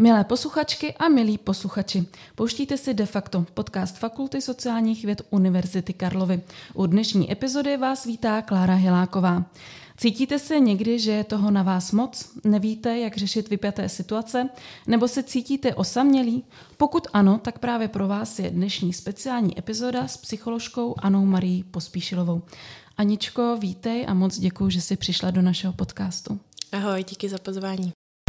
Milé posluchačky a milí posluchači, pouštíte si de facto podcast Fakulty sociálních věd Univerzity Karlovy. U dnešní epizody vás vítá Klára Hiláková. Cítíte se někdy, že je toho na vás moc? Nevíte, jak řešit vypjaté situace? Nebo se cítíte osamělí? Pokud ano, tak právě pro vás je dnešní speciální epizoda s psycholožkou Annou Marií Pospíšilovou. Aničko, vítej a moc děkuji, že jsi přišla do našeho podcastu. Ahoj, díky za pozvání.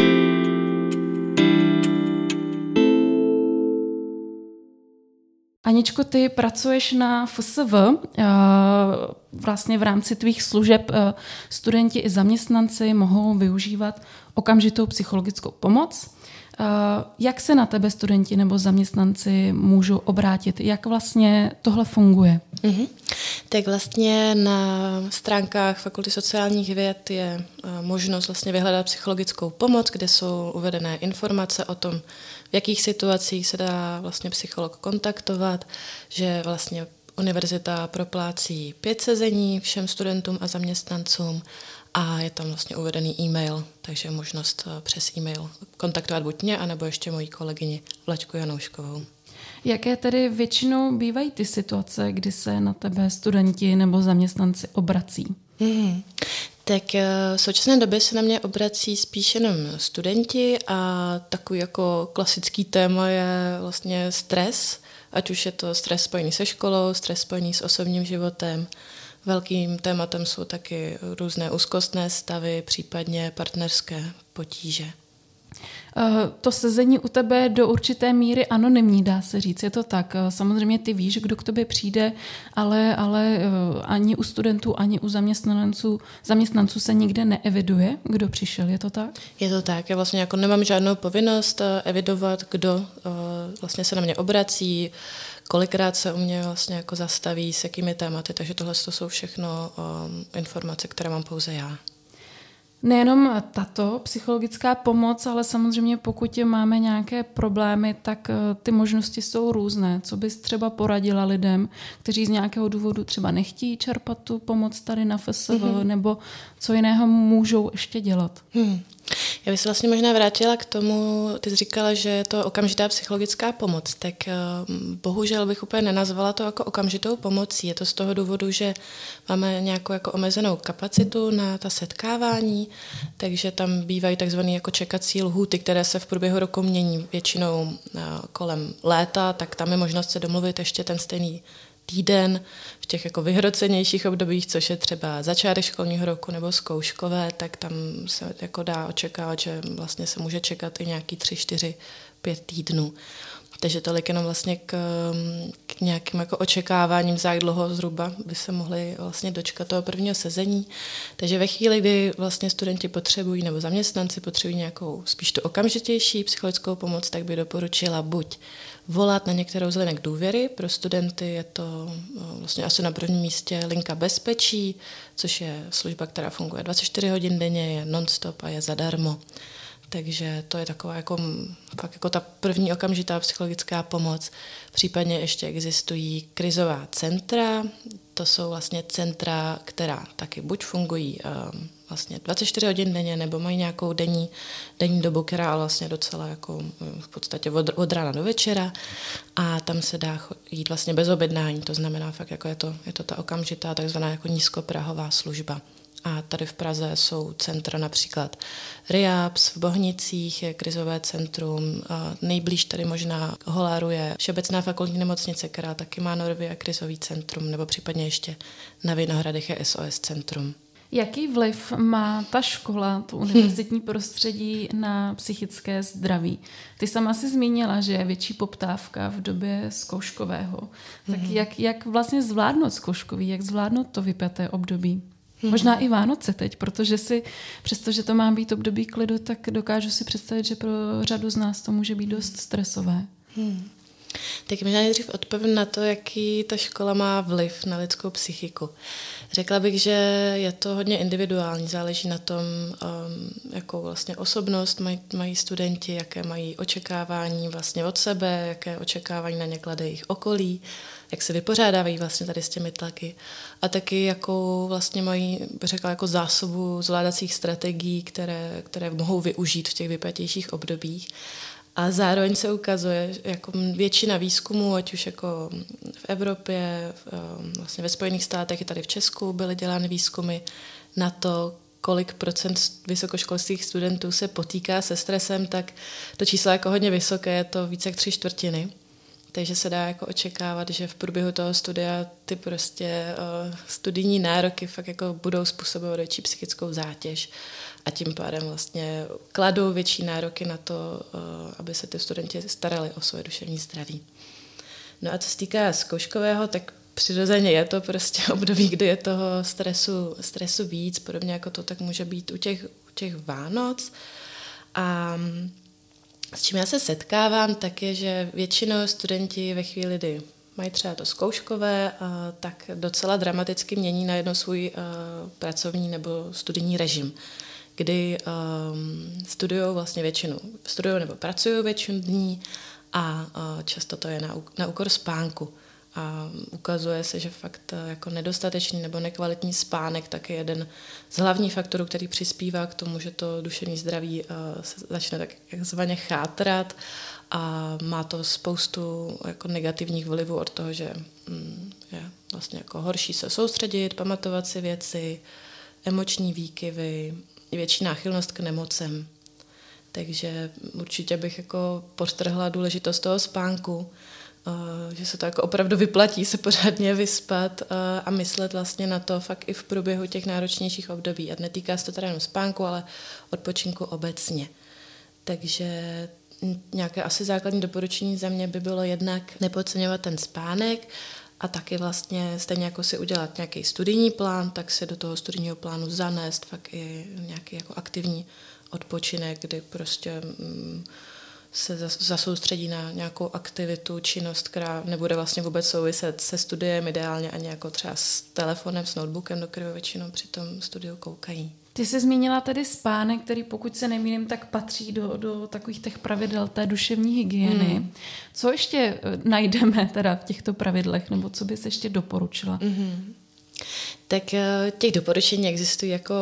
Aničko, ty pracuješ na FSV, vlastně v rámci tvých služeb studenti i zaměstnanci mohou využívat okamžitou psychologickou pomoc. Jak se na tebe studenti nebo zaměstnanci můžou obrátit? Jak vlastně tohle funguje? Tak vlastně na stránkách Fakulty sociálních věd je možnost vlastně vyhledat psychologickou pomoc, kde jsou uvedené informace o tom, v jakých situacích se dá vlastně psycholog kontaktovat, že vlastně univerzita proplácí 5 sezení všem studentům a zaměstnancům a je tam vlastně uvedený e-mail, takže je možnost přes e-mail kontaktovat buď mě, anebo ještě moji kolegyni Vlaďku Janouškovou. Jaké tedy většinou bývají ty situace, kdy se na tebe studenti nebo zaměstnanci obrací? Tak v současné době se na mě obrací spíš jenom studenti a takový jako klasický téma je vlastně stres, ať už je to stres spojený se školou, stres spojený s osobním životem. Velkým tématem jsou taky různé úzkostné stavy, případně partnerské potíže. To sezení u tebe je do určité míry anonymní, dá se říct, je to tak. Samozřejmě ty víš, kdo k tobě přijde, ale ani u studentů, ani u zaměstnanců se nikde neeviduje, kdo přišel, je to tak? Je to tak, já vlastně jako nemám žádnou povinnost evidovat, kdo vlastně se na mě obrací, kolikrát se u mě vlastně jako zastaví, s jakými tématy, takže tohle jsou všechno informace, které mám pouze já. Nejenom tato psychologická pomoc, ale samozřejmě pokud máme nějaké problémy, tak ty možnosti jsou různé. Co bys třeba poradila lidem, kteří z nějakého důvodu třeba nechtějí čerpat tu pomoc tady na FSV, nebo co jiného můžou ještě dělat? Já bych se vlastně možná vrátila k tomu, ty jsi říkala, že je to okamžitá psychologická pomoc, tak bohužel bych úplně nenazvala to jako okamžitou pomocí. Je to z toho důvodu, že máme nějakou jako omezenou kapacitu na ta setkávání, takže tam bývají takzvané jako čekací lhůty, které se v průběhu roku mění většinou kolem léta, tak tam je možnost se domluvit ještě ten stejný týden v těch jako vyhrocenějších obdobích, což je třeba začátek školního roku nebo zkouškové, tak tam se jako dá očekávat, že vlastně se může čekat i nějaký 3, 4, 5 týdnů. Takže tolik jenom vlastně k nějakým jako očekáváním, za jak dlouho zhruba by se mohli vlastně dočkat toho prvního sezení. Takže ve chvíli, kdy vlastně studenti potřebují nebo zaměstnanci potřebují nějakou spíš tu okamžitější psychologickou pomoc, tak by doporučila buď volat na některou z linek důvěry. Pro studenty je to vlastně asi na prvním místě linka bezpečí, což je služba, která funguje 24 hodin denně, je non-stop a je zadarmo. Takže to je taková jako, fakt jako ta první okamžitá psychologická pomoc. Případně ještě existují krizová centra. To jsou vlastně centra, která taky buď fungují vlastně 24 hodin denně, nebo mají nějakou denní dobu, která vlastně docela jako v podstatě od rána do večera. A tam se dá jít vlastně bez objednání. To znamená fakt jako je to ta okamžitá takzvaná jako nízkoprahová služba. A tady v Praze jsou centra například RIAPS, v Bohnicích je krizové centrum, nejblíž tady možná Holáru je Všeobecná fakultní nemocnice, která taky má Norvia krizový centrum, nebo případně ještě na Vinohradech je SOS centrum. Jaký vliv má ta škola, to univerzitní prostředí na psychické zdraví? Ty sama si zmínila, že je větší poptávka v době zkouškového. Tak jak vlastně zvládnout zkouškový, jak zvládnout to vypjaté období? Možná i Vánoce teď, protože přestože to má být období klidu, tak dokážu si představit, že pro řadu z nás to může být dost stresové. Tak možná nejdřív odpovím na to, jaký ta škola má vliv na lidskou psychiku. Řekla bych, že je to hodně individuální, záleží na tom, jakou vlastně osobnost mají studenti, jaké mají očekávání vlastně od sebe, jaké očekávání na ně klade jejich okolí, jak se vypořádávají vlastně tady s těmi tlaky a taky jakou vlastně mají, řekla, jako zásobu zvládacích strategií, které mohou využít v těch vypjatějších obdobích. A zároveň se ukazuje, jako většina výzkumů, ať už jako v Evropě, vlastně ve Spojených státech i tady v Česku byly dělány výzkumy na to, kolik procent vysokoškolských studentů se potýká se stresem, tak to číslo je jako hodně vysoké, je to více jak 3/4. Takže se dá jako očekávat, že v průběhu toho studia ty prostě studijní nároky fakt jako budou způsobovat větší psychickou zátěž a tím pádem vlastně kladou větší nároky na to, aby se ty studenti starali o svoje duševní zdraví. No a co se týká zkouškového, tak přirozeně je to prostě období, kdy je toho stresu víc, podobně jako to tak může být u těch Vánoc. A s čím já se setkávám, tak je, že většinou studenti ve chvíli, kdy mají třeba to zkouškové, tak docela dramaticky mění najednou svůj pracovní nebo studijní režim, kdy studují vlastně většinu, nebo pracují většinu dní a často to je na úkor spánku. A ukazuje se, že fakt jako nedostatečný nebo nekvalitní spánek tak je jeden z hlavních faktorů, který přispívá k tomu, že to duševní zdraví se začne takzvaně chátrat a má to spoustu jako negativních vlivů od toho, že je vlastně jako horší se soustředit, pamatovat si věci, emoční výkyvy, větší náchylnost k nemocem. Takže určitě bych jako podtrhla důležitost toho spánku, že se to jako opravdu vyplatí se pořádně vyspat a myslet vlastně na to fakt i v průběhu těch náročnějších období. A netýká se to teda jenom spánku, ale odpočinku obecně. Takže nějaké asi základní doporučení za mě by bylo jednak nepodceňovat ten spánek a taky vlastně stejně jako si udělat nějaký studijní plán, tak se do toho studijního plánu zanést fakt i nějaký jako aktivní odpočinek, kdy prostě se zasoustředí na nějakou aktivitu, činnost, která nebude vlastně vůbec souviset se studiem, ideálně ani jako třeba s telefonem, s notebookem, do kterého většinou při tom studiu koukají. Ty jsi zmínila tedy spánek, který pokud se nemýlím, tak patří do takových těch pravidel té duševní hygieny. Co ještě najdeme teda v těchto pravidlech, nebo co bys ještě doporučila? Tak těch doporučení existují jako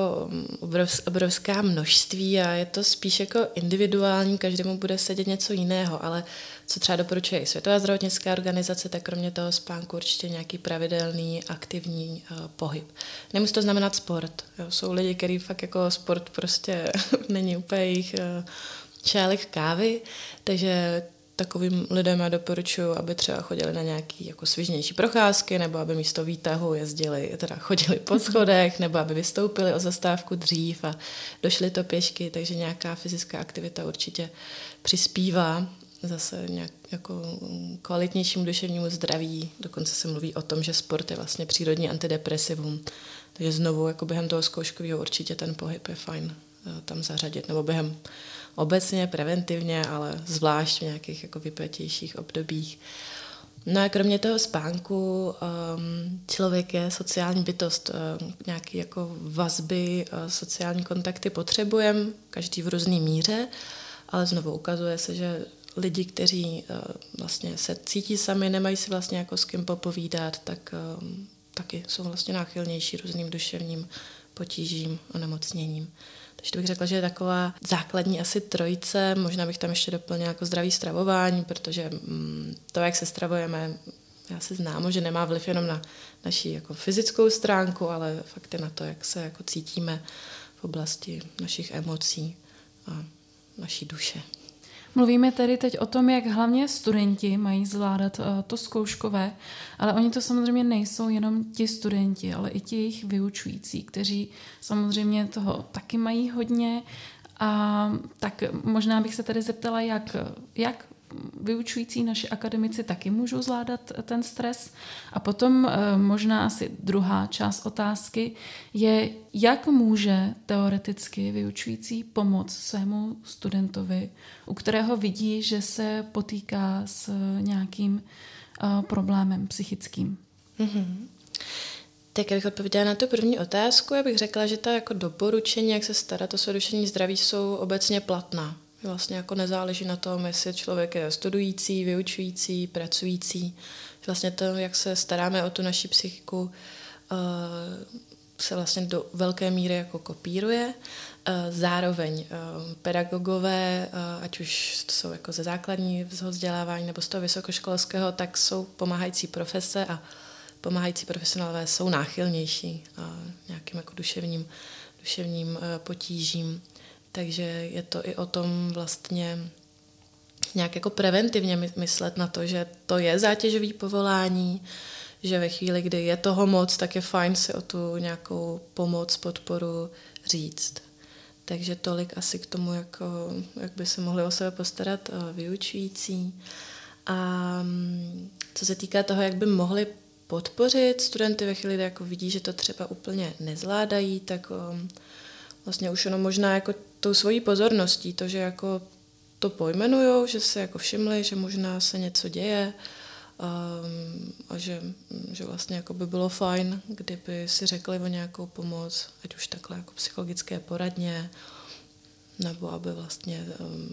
obrovská množství a je to spíš jako individuální, každému bude sedět něco jiného, ale co třeba doporučuje i Světová zdravotnická organizace, tak kromě toho spánku určitě nějaký pravidelný, aktivní pohyb. Nemusí to znamenat sport. Jo. Jsou lidi, kteří fakt jako sport prostě není úplně jejich šálek kávy, takže takovým lidem já doporučuji, aby třeba chodili na nějaké jako svižnější procházky, nebo aby místo výtahu chodili po schodech, nebo aby vystoupili o zastávku dřív a došli to pěšky, takže nějaká fyzická aktivita určitě přispívá zase nějak jako kvalitnějšímu duševnímu zdraví. Dokonce se mluví o tom, že sport je vlastně přírodní antidepresivum. Takže znovu jako během toho zkouškového určitě ten pohyb je fajn tam zařadit, nebo během obecně, preventivně, ale zvlášť v nějakých jako vypjatějších obdobích. No a kromě toho spánku člověk je sociální bytost, nějaké jako vazby, sociální kontakty potřebujeme, každý v různé míře, ale znovu ukazuje se, že lidi, kteří vlastně se cítí sami, nemají si vlastně jako s kým popovídat, tak taky jsou vlastně náchylnější různým duševním potížím, onemocněním. Takže to bych řekla, že je taková základní asi trojice, možná bych tam ještě doplnila jako zdravý stravování, protože to, jak se stravujeme, já si znám, že nemá vliv jenom na naši jako fyzickou stránku, ale fakt je na to, jak se jako cítíme v oblasti našich emocí a naší duše. Mluvíme tedy teď o tom, jak hlavně studenti mají zvládat to zkouškové, ale oni to samozřejmě nejsou jenom ti studenti, ale i ti jejich vyučující, kteří samozřejmě toho taky mají hodně. A tak možná bych se tady zeptala, jak vyučující naši akademici taky můžou zvládat ten stres. A potom možná asi druhá část otázky je, jak může teoreticky vyučující pomoct svému studentovi, u kterého vidí, že se potýká s nějakým problémem psychickým. Tak abych odpověděla na tu první otázku, já bych řekla, že ta jako doporučení, jak se starat o své duševní zdraví, jsou obecně platná. Vlastně jako nezáleží na tom, jestli člověk je studující, vyučující, pracující. Vlastně to, jak se staráme o tu naši psychiku, se vlastně do velké míry jako kopíruje Zároveň pedagogové, ať už to jsou jako ze základního vzdělávání nebo z toho vysokoškolského, tak jsou pomáhající profese a pomáhající profesionálové jsou náchylnější nějakým jako duševním potížím. Takže je to i o tom vlastně nějak jako preventivně myslet na to, že to je zátěžový povolání, že ve chvíli, kdy je toho moc, tak je fajn si o tu nějakou pomoc, podporu říct. Takže tolik asi k tomu, jak by se mohli o sebe postarat vyučující. A co se týká toho, jak by mohli podpořit studenty ve chvíli, kdy jako vidí, že to třeba úplně nezvládají, tak vlastně už ono možná jako tou svojí pozorností, to, že jako to pojmenujou, že se jako všimli, že možná se něco děje a že vlastně jako by bylo fajn, kdyby si řekli o nějakou pomoc, ať už takhle jako psychologické poradně, nebo aby vlastně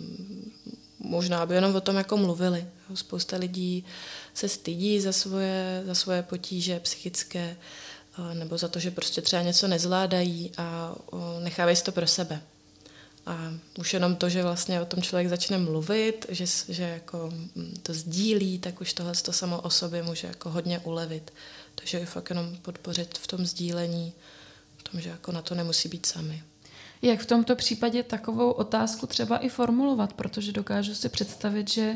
možná by jenom o tom jako mluvili. Spousta lidí se stydí za svoje potíže psychické nebo za to, že prostě třeba něco nezvládají a nechávají si to pro sebe. A už jenom to, že vlastně o tom člověk začne mluvit, že jako to sdílí, tak už tohle to samo o sobě může jako hodně ulevit. Takže je fakt jenom podpořit v tom sdílení, v tom, že jako na to nemusí být sami. Jak v tomto případě takovou otázku třeba i formulovat, protože dokážu si představit, že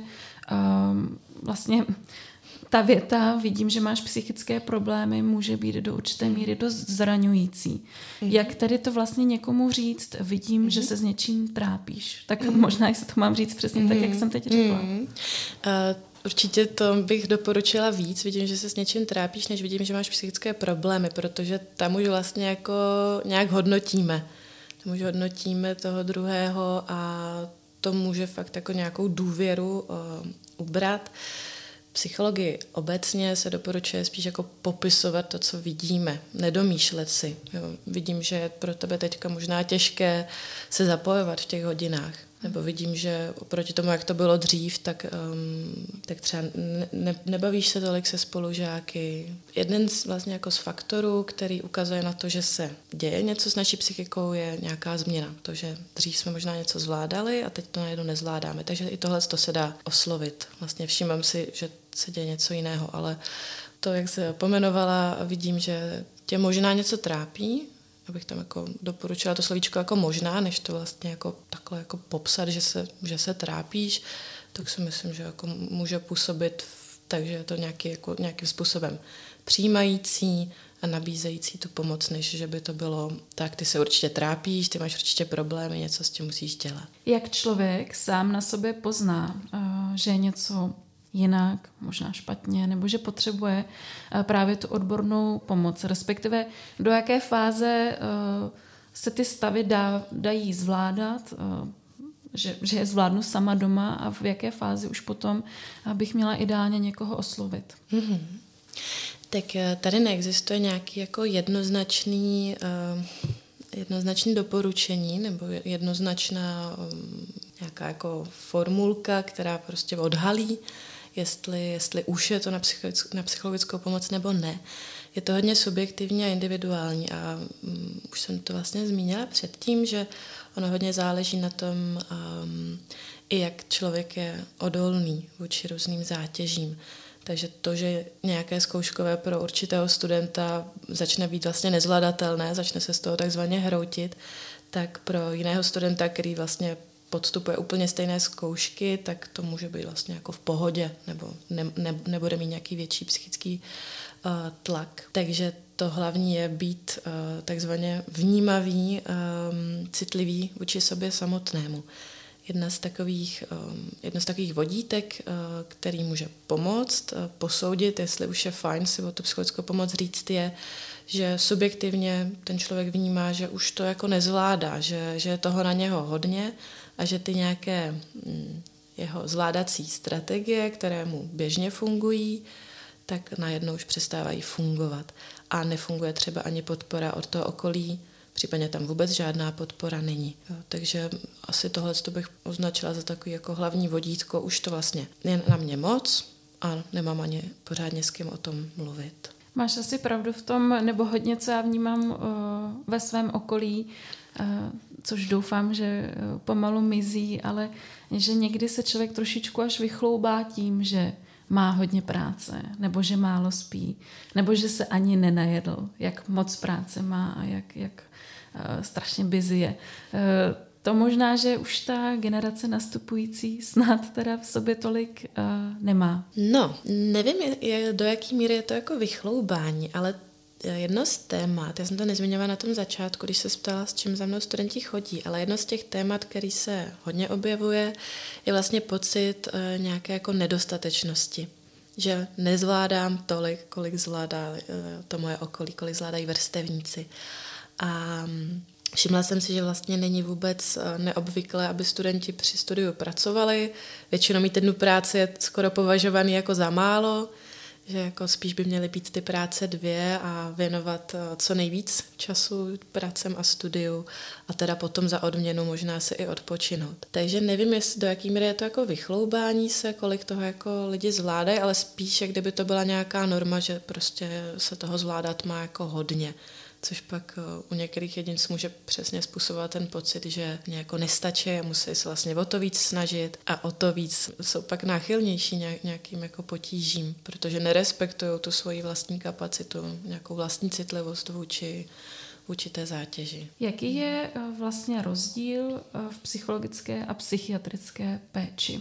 vlastně ta věta, vidím, že máš psychické problémy, může být do určité míry dost zraňující. Jak tedy to vlastně někomu říct, vidím, že se s něčím trápíš. Tak možná, jestli to mám říct přesně tak, jak jsem teď řekla. Určitě to bych doporučila víc. Vidím, že se s něčím trápíš, než vidím, že máš psychické problémy, protože tam už vlastně jako nějak hodnotíme. Tam už hodnotíme toho druhého a to může fakt jako nějakou důvěru ubrat. Psychologii obecně se doporučuje spíš jako popisovat to, co vidíme, nedomýšlet si. Jo. Vidím, že je pro tebe teďka možná těžké se zapojovat v těch hodinách. Nebo vidím, že oproti tomu, jak to bylo dřív, tak třeba nebavíš se tolik se spolužáky. Jeden vlastně jako z faktorů, který ukazuje na to, že se děje něco s naší psychikou, je nějaká změna. To, že dřív jsme možná něco zvládali a teď to najednou nezvládáme. Takže i tohle to se dá oslovit. Vlastně všímám si, že se děje něco jiného, ale to, jak se pomenovala, vidím, že tě možná něco trápí, abych tam jako doporučila to slovíčko jako možná, než to vlastně jako takhle jako popsat, že se trápíš, tak si myslím, že jako může působit takže je to nějakým způsobem přijímající a nabízející tu pomoc, než že by to bylo tak, ty se určitě trápíš, ty máš určitě problémy, něco s tím musíš dělat. Jak člověk sám na sobě pozná, že je něco jinak, možná špatně, nebo že potřebuje právě tu odbornou pomoc, respektive do jaké fáze se ty stavy dají zvládat, že je zvládnu sama doma a v jaké fázi už potom bych měla ideálně někoho oslovit. Mm-hmm. Tak tady neexistuje nějaký jako jednoznačný doporučení nebo jednoznačná nějaká jako formulka, která prostě odhalí, jestli už je to na psychologickou pomoc nebo ne. Je to hodně subjektivní a individuální a už jsem to vlastně zmínila předtím, že ono hodně záleží na tom, i jak člověk je odolný vůči různým zátěžím. Takže to, že nějaké zkouškové pro určitého studenta začne být vlastně nezvladatelné, začne se z toho takzvaně hroutit, tak pro jiného studenta, který vlastně podstupuje úplně stejné zkoušky, tak to může být vlastně jako v pohodě nebo nebude mít nějaký větší psychický tlak. Takže to hlavní je být takzvaně vnímavý, citlivý vůči sobě samotnému. Jedno z takových vodítek, který může pomoct posoudit, jestli už je fajn si o tu psychologickou pomoc říct, je, že subjektivně ten člověk vnímá, že už to jako nezvládá, že je toho na něho hodně a že ty nějaké jeho zvládací strategie, které mu běžně fungují, tak najednou už přestávají fungovat. A nefunguje třeba ani podpora od toho okolí, případně tam vůbec žádná podpora není. Jo, takže asi tohle bych označila za takový jako hlavní vodítko. Už to vlastně je na mě moc a nemám ani pořádně s kým o tom mluvit. Máš asi pravdu v tom, nebo hodně, co já vnímám ve svém okolí, což doufám, že pomalu mizí, ale že někdy se člověk trošičku až vychloubá tím, že má hodně práce, nebo že málo spí, nebo že se ani nenajedl, jak moc práce má a jak strašně busy je. To možná, že už ta generace nastupující snad teda v sobě tolik nemá. No, nevím, do jaký míry je to jako vychloubání, ale jedno z témat, já jsem to nezmiňovala na tom začátku, když se ptala, s čím za mnou studenti chodí, ale jedno z těch témat, který se hodně objevuje, je vlastně pocit nějaké jako nedostatečnosti. Že nezvládám tolik, kolik zvládá to moje okolí, kolik zvládají vrstevníci. A všimla jsem si, že vlastně není vůbec neobvyklé, aby studenti při studiu pracovali. Většinou mít jednu práci je skoro považovaný jako za málo, že jako spíš by měly být ty práce 2 a věnovat co nejvíc času pracem a studiu a teda potom za odměnu možná se i odpočinout. Takže nevím, do jaký míry je to jako vychloubání se, kolik toho jako lidi zvládají, ale spíš, jak kdyby to byla nějaká norma, že prostě se toho zvládat má jako hodně. Což pak u některých jedinců může přesně způsobovat ten pocit, že nějak nestačí a musí se vlastně o to víc snažit a o to víc jsou pak náchylnější nějakým jako potížím, protože nerespektují tu svoji vlastní kapacitu, nějakou vlastní citlivost vůči té zátěži. Jaký je vlastně rozdíl v psychologické a psychiatrické péči?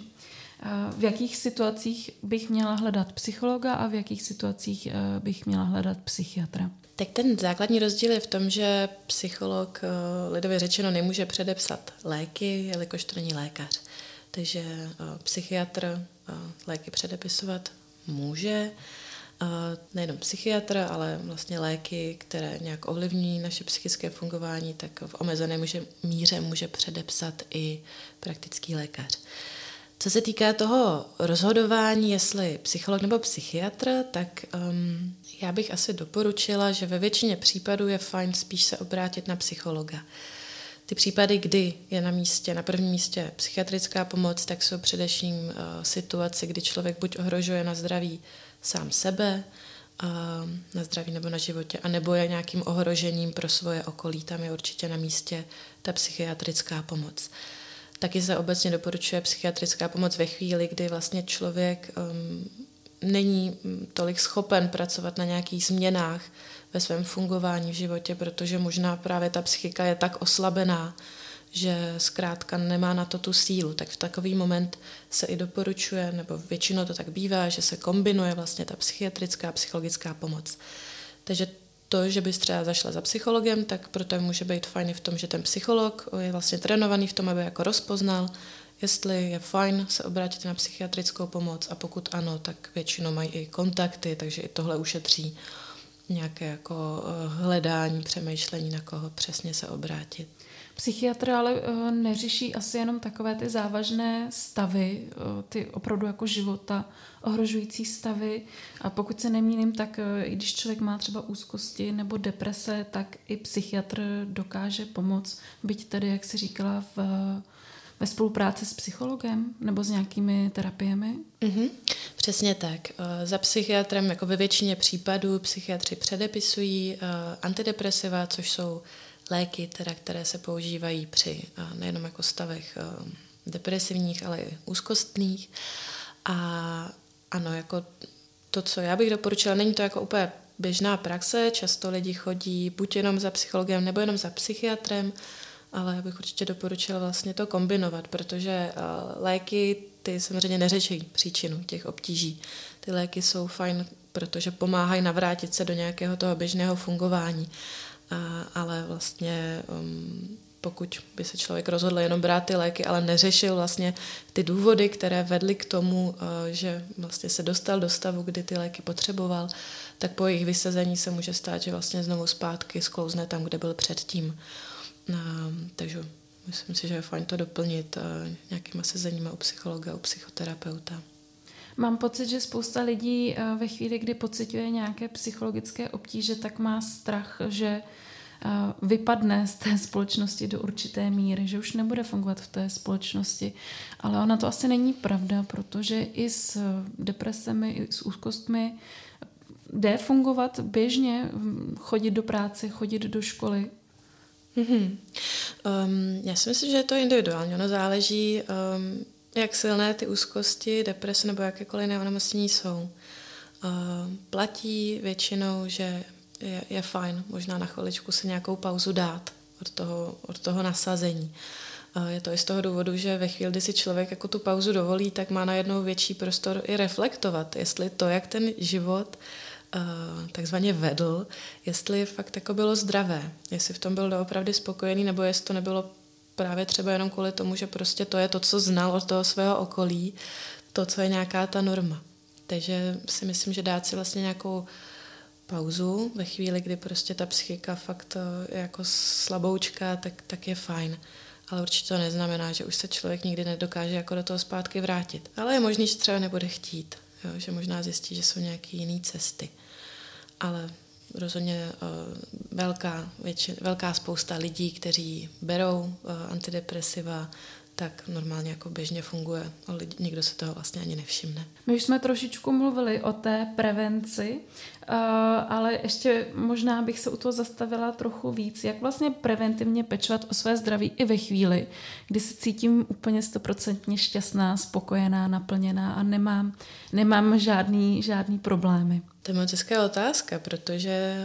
V jakých situacích bych měla hledat psychologa a v jakých situacích bych měla hledat psychiatra? Tak ten základní rozdíl je v tom, že psycholog lidově řečeno nemůže předepsat léky, jelikož to není lékař. Takže psychiatr léky předepisovat může. Nejenom psychiatr, ale vlastně léky, které nějak ovlivní naše psychické fungování, tak v omezené míře může předepsat i praktický lékař. Co se týká toho rozhodování, jestli psycholog nebo psychiatr, tak já bych asi doporučila, že ve většině případů je fajn spíš se obrátit na psychologa. Ty případy, kdy je na prvním místě psychiatrická pomoc, tak jsou především situace, kdy člověk buď ohrožuje na zdraví sám sebe, na zdraví nebo na životě, anebo je nějakým ohrožením pro svoje okolí. Tam je určitě na místě ta psychiatrická pomoc. Taky se obecně doporučuje psychiatrická pomoc ve chvíli, kdy vlastně člověk není tolik schopen pracovat na nějakých změnách ve svém fungování v životě, protože možná právě ta psychika je tak oslabená, že zkrátka nemá na to tu sílu. Tak v takový moment se i doporučuje, nebo většinou to tak bývá, že se kombinuje vlastně ta psychiatrická a psychologická pomoc. Takže to, že bys třeba zašla za psychologem, tak proto může být fajn v tom, že ten psycholog je vlastně trénovaný v tom, aby jako rozpoznal, jestli je fajn se obrátit na psychiatrickou pomoc a pokud ano, tak většinou mají i kontakty, takže i tohle ušetří nějaké jako hledání, přemýšlení, na koho přesně se obrátit. Psychiatr ale neřeší asi jenom takové ty závažné stavy, ty opravdu jako života ohrožující stavy. A pokud se nemýlím, tak i když člověk má třeba úzkosti nebo deprese, tak i psychiatr dokáže pomoct, byť tedy, jak jsi říkala, ve spolupráci s psychologem nebo s nějakými terapiemi? Přesně tak. Za psychiatrem, jako ve většině případů, psychiatři předepisují antidepresiva, což jsou léky, které se používají při nejenom jako stavech depresivních, ale i úzkostných. A ano, jako to, co já bych doporučila, není to jako úplně běžná praxe, často lidi chodí buď jenom za psychologem, nebo jenom za psychiatrem, ale já bych určitě doporučila vlastně to kombinovat, protože léky, ty samozřejmě neřeší příčinu těch obtíží. Ty léky jsou fajn, protože pomáhají navrátit se do nějakého toho běžného fungování. Ale vlastně pokud by se člověk rozhodl jenom brát ty léky, ale neřešil vlastně ty důvody, které vedly k tomu, že vlastně se dostal do stavu, kdy ty léky potřeboval, tak po jejich vysazení se může stát, že vlastně znovu zpátky sklouzne tam, kde byl předtím. Takže myslím si, že je fajn to doplnit nějakýma sezeníma u psychologa, u psychoterapeuta. Mám pocit, že spousta lidí ve chvíli, kdy pociťuje nějaké psychologické obtíže, tak má strach, že vypadne z té společnosti do určité míry, že už nebude fungovat v té společnosti. Ale ona to asi není pravda, protože i s depresemi, i s úzkostmi jde fungovat běžně, chodit do práce, chodit do školy. Já si myslím, že je to individuální. Ono záleží, jak silné ty úzkosti, deprese nebo jakékoliv jiné onemocnění jsou. Platí většinou, že je fajn možná na chviličku si nějakou pauzu dát od toho nasazení. Je to i z toho důvodu, že ve chvíli, kdy si člověk jako tu pauzu dovolí, tak má najednou větší prostor i reflektovat, jestli to, jak ten život takzvaně vedl, jestli fakt jako bylo zdravé, jestli v tom byl doopravdy spokojený, nebo jestli to nebylo právě třeba jenom kvůli tomu, že prostě to je to, co znal od toho svého okolí, to, co je nějaká ta norma. Takže si myslím, že dát si vlastně nějakou pauzu ve chvíli, kdy prostě ta psychika fakt je jako slaboučka, tak je fajn. Ale určitě to neznamená, že už se člověk nikdy nedokáže jako do toho zpátky vrátit. Ale je možný, že třeba nebude chtít, jo? Že možná zjistí, že jsou nějaké jiné cesty. Ale rozhodně velká spousta lidí, kteří berou antidepresiva, tak normálně jako běžně funguje, ale nikdo se toho vlastně ani nevšimne. My už jsme trošičku mluvili o té prevenci, ale ještě možná bych se u toho zastavila trochu víc. Jak vlastně preventivně pečovat o své zdraví i ve chvíli, kdy se cítím úplně 100% šťastná, spokojená, naplněná a nemám žádný problémy? To je moc hezká otázka, protože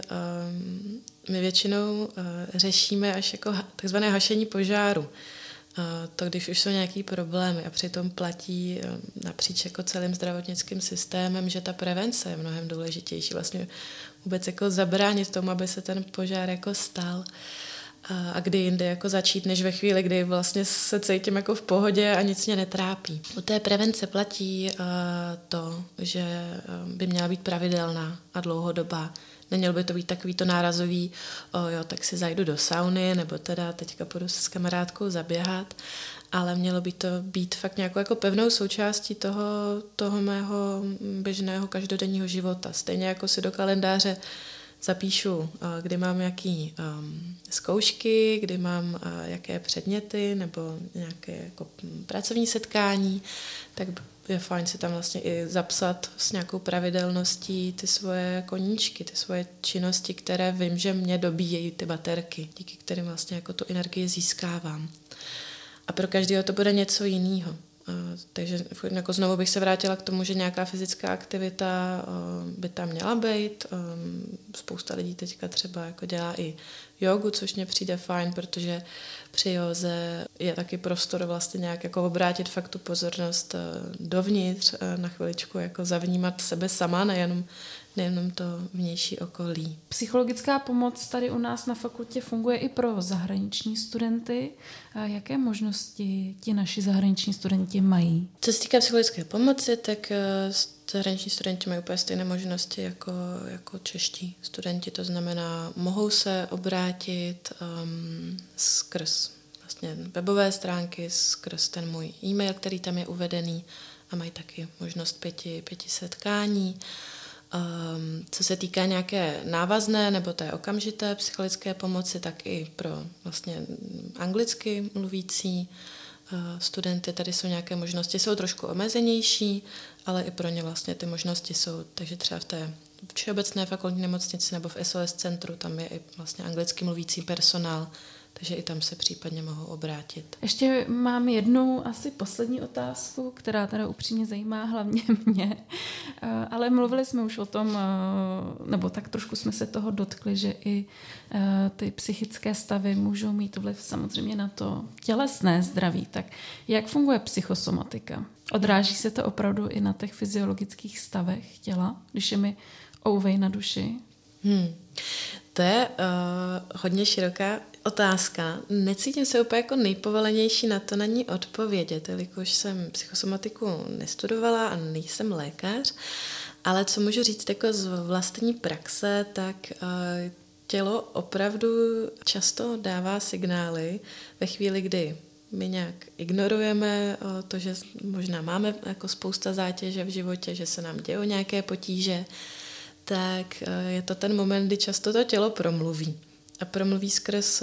my většinou řešíme až jako takzvané hašení požáru. To, když už jsou nějaký problémy a přitom platí napříč jako celým zdravotnickým systémem, že ta prevence je mnohem důležitější. Vlastně vůbec jako zabránit tomu, aby se ten požár jako stal a kdy jinde jako začít, než ve chvíli, kdy vlastně se cítím jako v pohodě a nic mě netrápí. U té prevence platí to, že by měla být pravidelná a dlouhodobá. Neměl by to být takový to nárazový, tak si zajdu do sauny, nebo teda teďka půjdu s kamarádkou zaběhat, ale mělo by to být fakt nějakou jako pevnou součástí toho mého běžného každodenního života. Stejně jako si do kalendáře zapíšu, kdy mám jaký zkoušky, kdy mám jaké předměty nebo nějaké jako pracovní setkání, tak je fajn si tam vlastně i zapsat s nějakou pravidelností ty svoje koníčky, ty svoje činnosti, které vím, že mě dobíjejí ty baterky, díky kterým vlastně jako tu energii získávám. A pro každého to bude něco jiného. Takže jako znovu bych se vrátila k tomu, že nějaká fyzická aktivita by tam měla být. Spousta lidí teďka třeba jako dělá i jogu, což mně přijde fajn, protože při józe je taky prostor vlastně nějak jako obrátit fakt tu pozornost dovnitř, na chviličku jako zavnímat sebe sama, nejenom to vnější okolí. Psychologická pomoc tady u nás na fakultě funguje i pro zahraniční studenty. Jaké možnosti ti naši zahraniční studenti mají? Co se týká psychologické pomoci, tak zahraniční studenti mají úplně stejné možnosti jako čeští studenti. To znamená, mohou se obrátit skrz vlastně webové stránky, skrz ten můj e-mail, který tam je uvedený, a mají taky možnost 5 setkání. Co se týká nějaké návazné nebo té okamžité psychologické pomoci, tak i pro vlastně anglicky mluvící studenty tady jsou nějaké možnosti, jsou trošku omezenější, ale i pro ně vlastně ty možnosti jsou. Takže třeba v té všeobecné fakultní nemocnici nebo v SOS centru, tam je i vlastně anglicky mluvící personál, takže i tam se případně mohou obrátit. Ještě mám jednu asi poslední otázku, která teda upřímně zajímá hlavně mě, ale mluvili jsme už o tom, nebo tak trošku jsme se toho dotkli, že i ty psychické stavy můžou mít vliv samozřejmě na to tělesné zdraví. Tak jak funguje psychosomatika? Odráží se to opravdu i na těch fyziologických stavech těla, když je mi ouvej na duši? To je hodně široká otázka. Necítím se úplně jako nejpovalenější na to na ní odpovědět, jelikož jsem psychosomatiku nestudovala a nejsem lékař, ale co můžu říct jako z vlastní praxe, tak tělo opravdu často dává signály ve chvíli, kdy my nějak ignorujeme to, že možná máme jako spousta zátěže v životě, že se nám dějou nějaké potíže, tak je to ten moment, kdy často to tělo promluví. A promluví skrz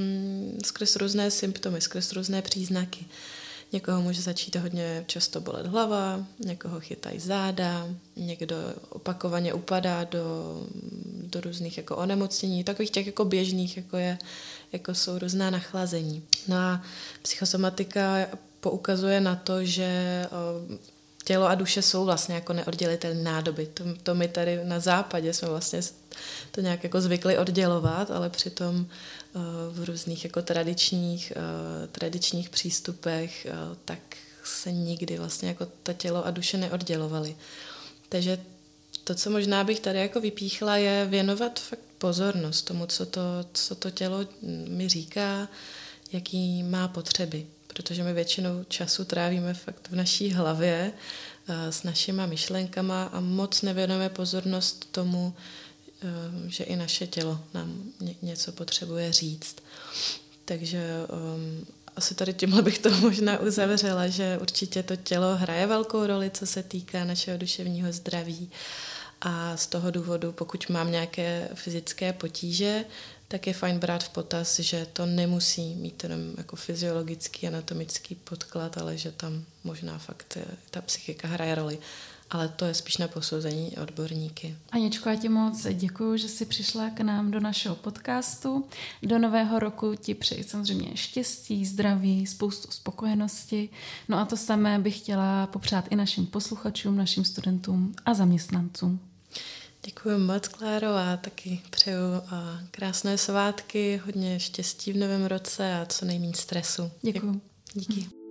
různé symptomy, skrz různé příznaky. Někoho může začít hodně často bolet hlava, někoho chytají záda, někdo opakovaně upadá do různých jako onemocnění, takových těch jako běžných, jako jsou různá nachlazení. No a psychosomatika poukazuje na to, že tělo a duše jsou vlastně jako neoddělitelné nádoby. To my tady na západě jsme vlastně to nějak jako zvykli oddělovat, ale přitom v různých jako tradičních přístupech tak se nikdy vlastně jako ta tělo a duše neoddělovaly. Takže to, co možná bych tady jako vypíchla, je věnovat fakt pozornost tomu, co to tělo mi říká, jaký má potřeby. Protože my většinou času trávíme fakt v naší hlavě s našima myšlenkama a moc nevěnujeme pozornost tomu, že i naše tělo nám něco potřebuje říct. Takže asi tady tímhle bych to možná uzavřela, že určitě to tělo hraje velkou roli, co se týká našeho duševního zdraví. A z toho důvodu, pokud mám nějaké fyzické potíže, tak je fajn brát v potaz, že to nemusí mít jenom jako fyziologický, anatomický podklad, ale že tam možná fakt ta psychika hraje roli. Ale to je spíš na posouzení odborníky. Aničko, já ti moc děkuju, že jsi přišla k nám do našeho podcastu. Do nového roku ti přeji samozřejmě štěstí, zdraví, spoustu spokojenosti. No a to samé bych chtěla popřát i našim posluchačům, našim studentům a zaměstnancům. Děkuji moc, Kláro, a taky přeju krásné svátky, hodně štěstí v novém roce a co nejméně stresu. Děkuji. Díky.